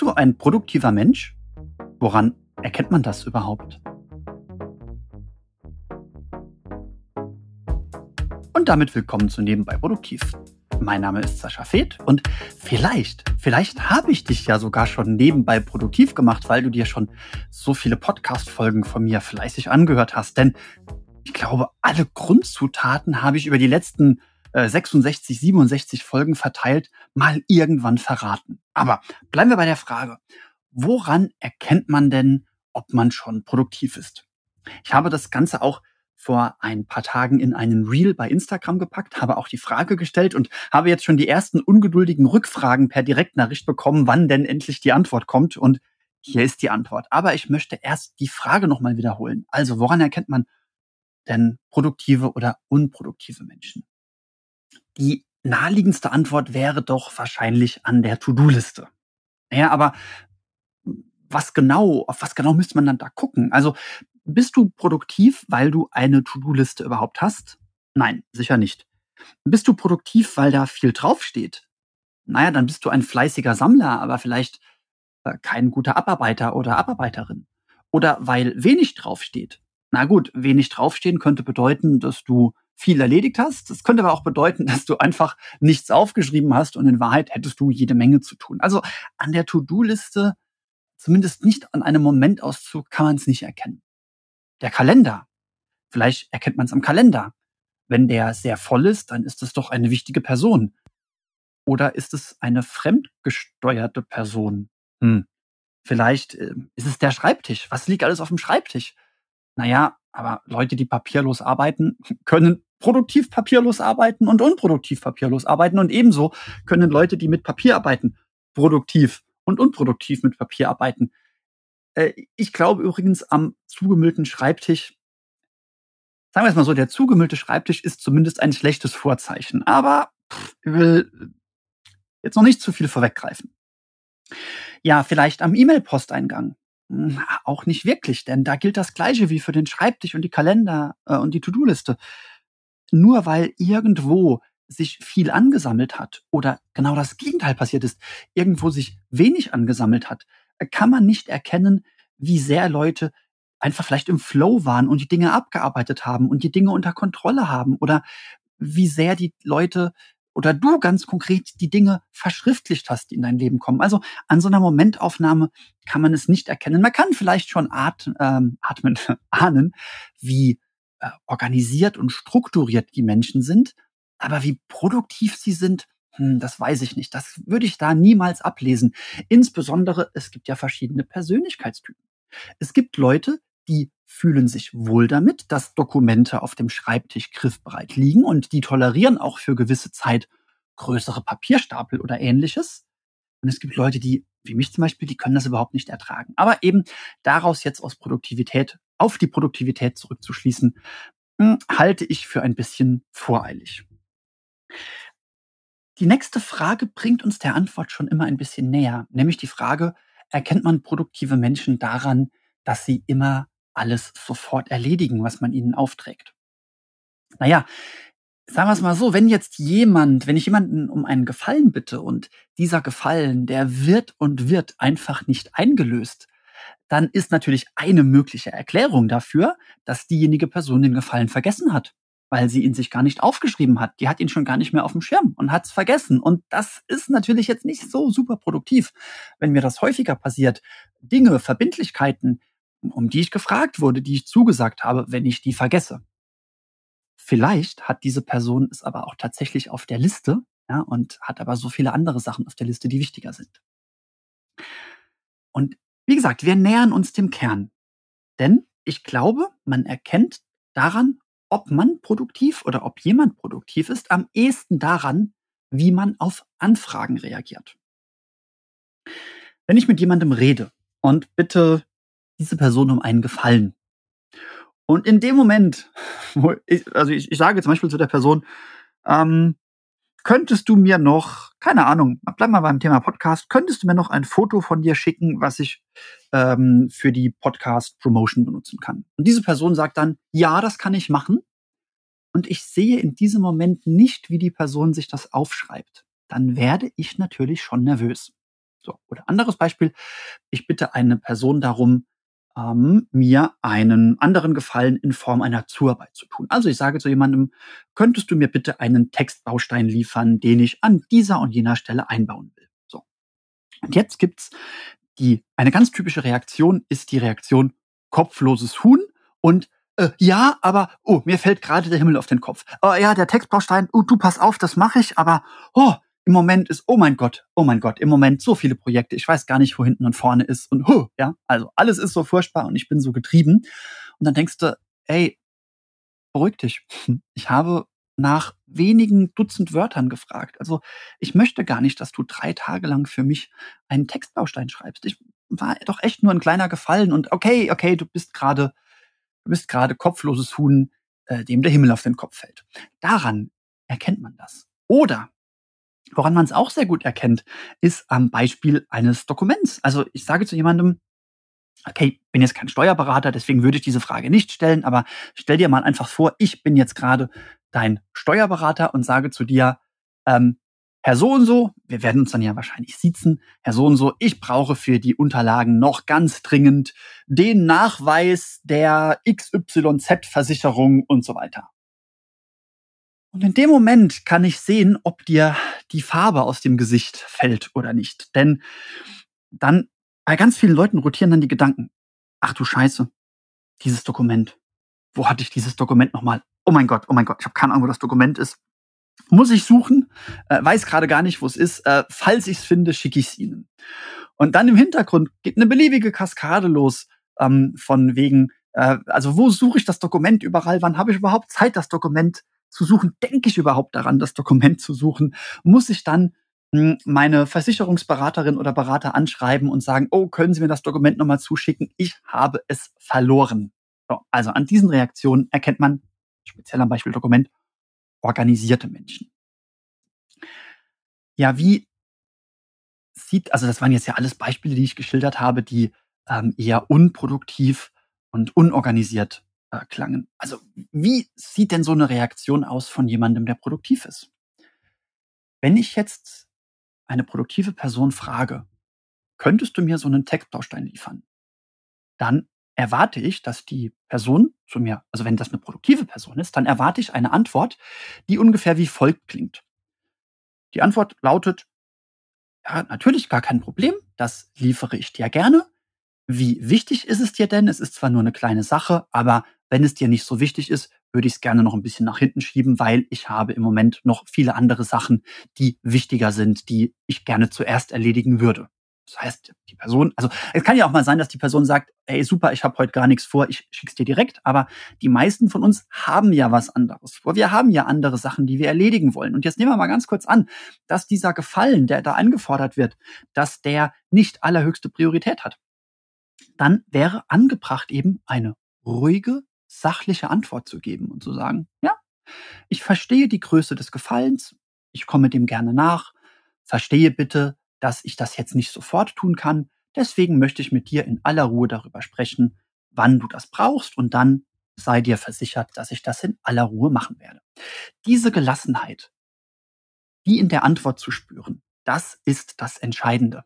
Bist du ein produktiver Mensch? Woran erkennt man das überhaupt? Und damit willkommen zu Nebenbei Produktiv. Mein Name ist Sascha Feth und vielleicht habe ich dich ja sogar schon nebenbei produktiv gemacht, weil du dir schon so viele Podcast-Folgen von mir fleißig angehört hast. Denn ich glaube, alle Grundzutaten habe ich über die letzten 66, 67 Folgen verteilt mal irgendwann verraten. Aber bleiben wir bei der Frage, woran erkennt man denn, ob man schon produktiv ist? Ich habe das Ganze auch vor ein paar Tagen in einen Reel bei Instagram gepackt, habe auch die Frage gestellt und habe jetzt schon die ersten ungeduldigen Rückfragen per Direktnachricht bekommen, wann denn endlich die Antwort kommt. Und hier ist die Antwort. Aber ich möchte erst die Frage nochmal wiederholen. Also, woran erkennt man denn produktive oder unproduktive Menschen? Die naheliegendste Antwort wäre doch wahrscheinlich an der To-Do-Liste. Ja, aber auf was genau müsste man dann da gucken? Also, bist du produktiv, weil du eine To-Do-Liste überhaupt hast? Nein, sicher nicht. Bist du produktiv, weil da viel draufsteht? Na ja, dann bist du ein fleißiger Sammler, aber vielleicht kein guter Abarbeiter oder Abarbeiterin. Oder weil wenig draufsteht. Na gut, wenig draufstehen könnte bedeuten, dass du viel erledigt hast. Das könnte aber auch bedeuten, dass du einfach nichts aufgeschrieben hast und in Wahrheit hättest du jede Menge zu tun. Also an der To-Do-Liste, zumindest nicht an einem Momentauszug, kann man es nicht erkennen. Der Kalender. Vielleicht erkennt man es am Kalender. Wenn der sehr voll ist, dann ist es doch eine wichtige Person. Oder ist es eine fremdgesteuerte Person? Vielleicht ist es der Schreibtisch. Was liegt alles auf dem Schreibtisch? Naja, aber Leute, die papierlos arbeiten, können produktiv papierlos arbeiten und unproduktiv papierlos arbeiten. Und ebenso können Leute, die mit Papier arbeiten, produktiv und unproduktiv mit Papier arbeiten. Ich glaube übrigens am zugemüllten Schreibtisch, sagen wir es mal so, der zugemüllte Schreibtisch ist zumindest ein schlechtes Vorzeichen. Aber ich will jetzt noch nicht zu viel vorweggreifen. Ja, vielleicht am E-Mail-Posteingang. Auch nicht wirklich, denn da gilt das Gleiche wie für den Schreibtisch und die Kalender und die To-Do-Liste. Nur weil irgendwo sich viel angesammelt hat oder genau das Gegenteil passiert ist, irgendwo sich wenig angesammelt hat, kann man nicht erkennen, wie sehr Leute einfach vielleicht im Flow waren und die Dinge abgearbeitet haben und die Dinge unter Kontrolle haben oder wie sehr die Leute oder du ganz konkret die Dinge verschriftlicht hast, die in dein Leben kommen. Also an so einer Momentaufnahme kann man es nicht erkennen. Man kann vielleicht schon ahnen, wie organisiert und strukturiert die Menschen sind, aber wie produktiv sie sind, das weiß ich nicht. Das würde ich da niemals ablesen. Insbesondere, es gibt ja verschiedene Persönlichkeitstypen. Es gibt Leute, die fühlen sich wohl damit, dass Dokumente auf dem Schreibtisch griffbereit liegen und die tolerieren auch für gewisse Zeit größere Papierstapel oder Ähnliches. Und es gibt Leute, die, wie mich zum Beispiel, die können das überhaupt nicht ertragen. Aber eben daraus jetzt auf die Produktivität zurückzuschließen, halte ich für ein bisschen voreilig. Die nächste Frage bringt uns der Antwort schon immer ein bisschen näher, nämlich die Frage, erkennt man produktive Menschen daran, dass sie immer alles sofort erledigen, was man ihnen aufträgt? Naja, sagen wir es mal so, wenn ich jemanden um einen Gefallen bitte und dieser Gefallen, der wird einfach nicht eingelöst, dann ist natürlich eine mögliche Erklärung dafür, dass diejenige Person den Gefallen vergessen hat, weil sie ihn sich gar nicht aufgeschrieben hat. Die hat ihn schon gar nicht mehr auf dem Schirm und hat's vergessen. Und das ist natürlich jetzt nicht so super produktiv. Wenn mir das häufiger passiert, Dinge, Verbindlichkeiten, um die ich gefragt wurde, die ich zugesagt habe, wenn ich die vergesse. Vielleicht hat diese Person es aber auch tatsächlich auf der Liste, ja, und hat aber so viele andere Sachen auf der Liste, die wichtiger sind. Und wie gesagt, wir nähern uns dem Kern. Denn ich glaube, man erkennt daran, ob man produktiv oder ob jemand produktiv ist, am ehesten daran, wie man auf Anfragen reagiert. Wenn ich mit jemandem rede und bitte diese Person um einen Gefallen und in dem Moment, ich sage zum Beispiel zu der Person, ähm, könntest du mir noch, keine Ahnung, bleib mal beim Thema Podcast, könntest du mir noch ein Foto von dir schicken, was ich für die Podcast-Promotion benutzen kann? Und diese Person sagt dann, ja, das kann ich machen. Und ich sehe in diesem Moment nicht, wie die Person sich das aufschreibt. Dann werde ich natürlich schon nervös. So, oder anderes Beispiel. Ich bitte eine Person darum, mir einen anderen Gefallen in Form einer Zuarbeit zu tun. Also ich sage zu jemandem, könntest du mir bitte einen Textbaustein liefern, den ich an dieser und jener Stelle einbauen will. So. Und jetzt gibt's eine ganz typische Reaktion ist die Reaktion kopfloses Huhn und ja, aber oh, mir fällt gerade der Himmel auf den Kopf. Ja, der Textbaustein, du pass auf, das mache ich, aber oh, im Moment ist, oh mein Gott, im Moment so viele Projekte, ich weiß gar nicht, wo hinten und vorne ist und ja, also alles ist so furchtbar und ich bin so getrieben. Und dann denkst du, ey, beruhig dich. Ich habe nach wenigen Dutzend Wörtern gefragt. Also, ich möchte gar nicht, dass du 3 Tage lang für mich einen Textbaustein schreibst. Ich war doch echt nur ein kleiner Gefallen und okay, du bist gerade kopfloses Huhn, dem der Himmel auf den Kopf fällt. Daran erkennt man das. Oder woran man es auch sehr gut erkennt, ist am Beispiel eines Dokuments. Also, ich sage zu jemandem: Okay, bin jetzt kein Steuerberater, deswegen würde ich diese Frage nicht stellen, aber stell dir mal einfach vor, ich bin jetzt gerade dein Steuerberater und sage zu dir, ähm, Herr so und so, wir werden uns dann ja wahrscheinlich siezen, Herr so und so, ich brauche für die Unterlagen noch ganz dringend den Nachweis der XYZ-Versicherung und so weiter. Und in dem Moment kann ich sehen, ob dir die Farbe aus dem Gesicht fällt oder nicht. Denn dann bei ganz vielen Leuten rotieren dann die Gedanken. Ach du Scheiße, dieses Dokument. Wo hatte ich dieses Dokument nochmal? Oh mein Gott, ich habe keine Ahnung, wo das Dokument ist. Muss ich suchen, weiß gerade gar nicht, wo es ist. Falls ich es finde, schicke ich es Ihnen. Und dann im Hintergrund geht eine beliebige Kaskade los, von wegen, also wo suche ich das Dokument überall? Wann habe ich überhaupt Zeit, das Dokument zu suchen? Denke ich überhaupt daran, das Dokument zu suchen? Muss ich dann meine Versicherungsberaterin oder Berater anschreiben und sagen, oh, können Sie mir das Dokument nochmal zuschicken? Ich habe es verloren. So, also an diesen Reaktionen erkennt man, speziell am Beispiel Dokument, organisierte Menschen. Ja, also das waren jetzt ja alles Beispiele, die ich geschildert habe, die eher unproduktiv und unorganisiert klangen. Also wie sieht denn so eine Reaktion aus von jemandem, der produktiv ist? Wenn ich jetzt eine produktive Person frage, könntest du mir so einen Textbaustein liefern? Dann erwarte ich, dass die Person zu mir, also wenn das eine produktive Person ist, dann erwarte ich eine Antwort, die ungefähr wie folgt klingt. Die Antwort lautet: Ja, natürlich, gar kein Problem, das liefere ich dir gerne. Wie wichtig ist es dir denn? Es ist zwar nur eine kleine Sache, aber wenn es dir nicht so wichtig ist, würde ich es gerne noch ein bisschen nach hinten schieben, weil ich habe im Moment noch viele andere Sachen, die wichtiger sind, die ich gerne zuerst erledigen würde. Das heißt, die Person, also, es kann ja auch mal sein, dass die Person sagt: „Ey, super, ich habe heute gar nichts vor, ich schicke es dir direkt.“ Aber die meisten von uns haben ja was anderes vor. Wir haben ja andere Sachen, die wir erledigen wollen. Und jetzt nehmen wir mal ganz kurz an, dass dieser Gefallen, der da angefordert wird, dass der nicht allerhöchste Priorität hat. Dann wäre angebracht, eben eine ruhige, sachliche Antwort zu geben und zu sagen: „Ja, ich verstehe die Größe des Gefallens. Ich komme dem gerne nach. Verstehe bitte, dass ich das jetzt nicht sofort tun kann. Deswegen möchte ich mit dir in aller Ruhe darüber sprechen, wann du das brauchst, und dann sei dir versichert, dass ich das in aller Ruhe machen werde.“ Diese Gelassenheit, die in der Antwort zu spüren, das ist das Entscheidende.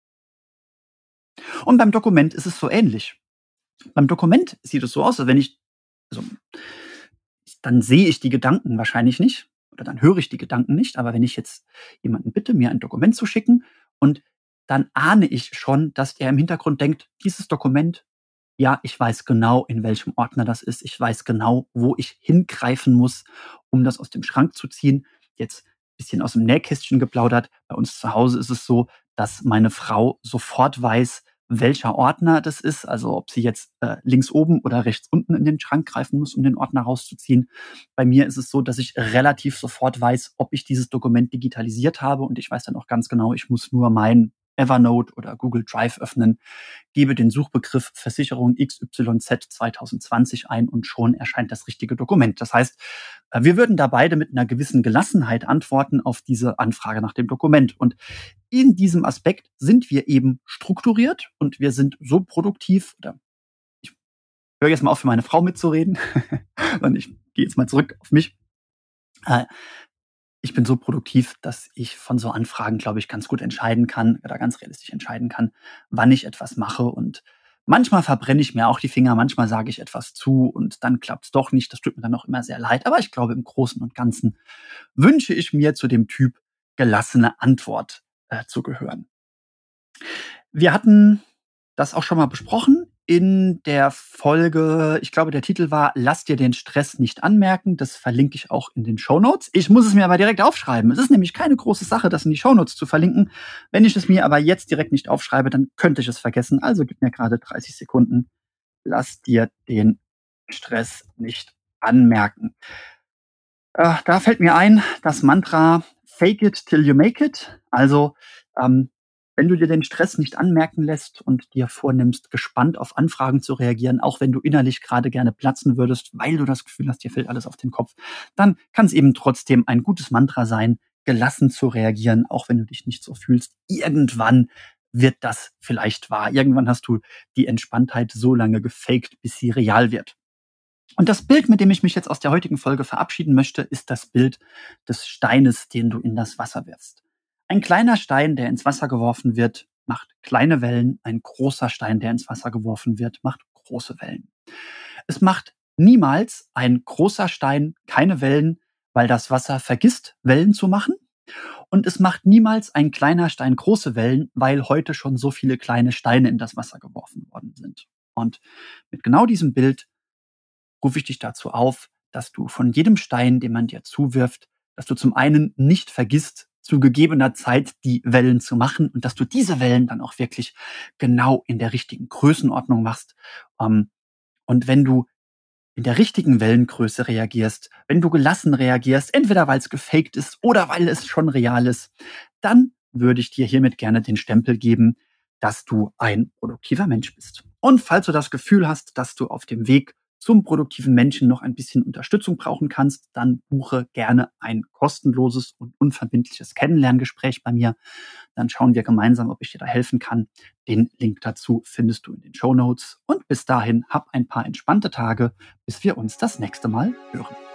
Und beim Dokument ist es so ähnlich. Beim Dokument sieht es so aus, als wenn also, dann sehe ich die Gedanken wahrscheinlich nicht oder dann höre ich die Gedanken nicht. Aber wenn ich jetzt jemanden bitte, mir ein Dokument zu schicken, und dann ahne ich schon, dass er im Hintergrund denkt, dieses Dokument, ja, ich weiß genau, in welchem Ordner das ist. Ich weiß genau, wo ich hingreifen muss, um das aus dem Schrank zu ziehen. Jetzt ein bisschen aus dem Nähkästchen geplaudert. Bei uns zu Hause ist es so, dass meine Frau sofort weiß, welcher Ordner das ist, also ob sie jetzt links oben oder rechts unten in den Schrank greifen muss, um den Ordner rauszuziehen. Bei mir ist es so, dass ich relativ sofort weiß, ob ich dieses Dokument digitalisiert habe, und ich weiß dann auch ganz genau, ich muss nur mein Evernote oder Google Drive öffnen, gebe den Suchbegriff Versicherung XYZ 2020 ein und schon erscheint das richtige Dokument. Das heißt, wir würden da beide mit einer gewissen Gelassenheit antworten auf diese Anfrage nach dem Dokument. Und in diesem Aspekt sind wir eben strukturiert und wir sind so produktiv, oder ich höre jetzt mal auf, für meine Frau mitzureden, und ich gehe jetzt mal zurück auf mich. Äh, Ich bin so produktiv, dass ich von so Anfragen, glaube ich, ganz gut entscheiden kann oder ganz realistisch entscheiden kann, wann ich etwas mache. Und manchmal verbrenne ich mir auch die Finger, manchmal sage ich etwas zu und dann klappt es doch nicht. Das tut mir dann auch immer sehr leid. Aber ich glaube, im Großen und Ganzen wünsche ich mir zu dem Typ gelassene Antwort zu gehören. Wir hatten das auch schon mal besprochen in der Folge, ich glaube, der Titel war „Lass dir den Stress nicht anmerken". Das verlinke ich auch in den Shownotes. Ich muss es mir aber direkt aufschreiben. Es ist nämlich keine große Sache, das in die Shownotes zu verlinken. Wenn ich es mir aber jetzt direkt nicht aufschreibe, dann könnte ich es vergessen. Also gib mir gerade 30 Sekunden. Lass dir den Stress nicht anmerken. Da fällt mir ein, das Mantra Fake it till you make it. Also, ähm, wenn du dir den Stress nicht anmerken lässt und dir vornimmst, gespannt auf Anfragen zu reagieren, auch wenn du innerlich gerade gerne platzen würdest, weil du das Gefühl hast, dir fällt alles auf den Kopf, dann kann es eben trotzdem ein gutes Mantra sein, gelassen zu reagieren, auch wenn du dich nicht so fühlst. Irgendwann wird das vielleicht wahr. Irgendwann hast du die Entspanntheit so lange gefaked, bis sie real wird. Und das Bild, mit dem ich mich jetzt aus der heutigen Folge verabschieden möchte, ist das Bild des Steines, den du in das Wasser wirfst. Ein kleiner Stein, der ins Wasser geworfen wird, macht kleine Wellen. Ein großer Stein, der ins Wasser geworfen wird, macht große Wellen. Es macht niemals ein großer Stein keine Wellen, weil das Wasser vergisst, Wellen zu machen. Und es macht niemals ein kleiner Stein große Wellen, weil heute schon so viele kleine Steine in das Wasser geworfen worden sind. Und mit genau diesem Bild rufe ich dich dazu auf, dass du von jedem Stein, den man dir zuwirft, dass du zum einen nicht vergisst, zu gegebener Zeit die Wellen zu machen und dass du diese Wellen dann auch wirklich genau in der richtigen Größenordnung machst. Und wenn du in der richtigen Wellengröße reagierst, wenn du gelassen reagierst, entweder weil es gefaked ist oder weil es schon real ist, dann würde ich dir hiermit gerne den Stempel geben, dass du ein produktiver Mensch bist. Und falls du das Gefühl hast, dass du auf dem Weg zum produktiven Menschen noch ein bisschen Unterstützung brauchen kannst, dann buche gerne ein kostenloses und unverbindliches Kennenlerngespräch bei mir. Dann schauen wir gemeinsam, ob ich dir da helfen kann. Den Link dazu findest du in den Shownotes. Und bis dahin, hab ein paar entspannte Tage, bis wir uns das nächste Mal hören.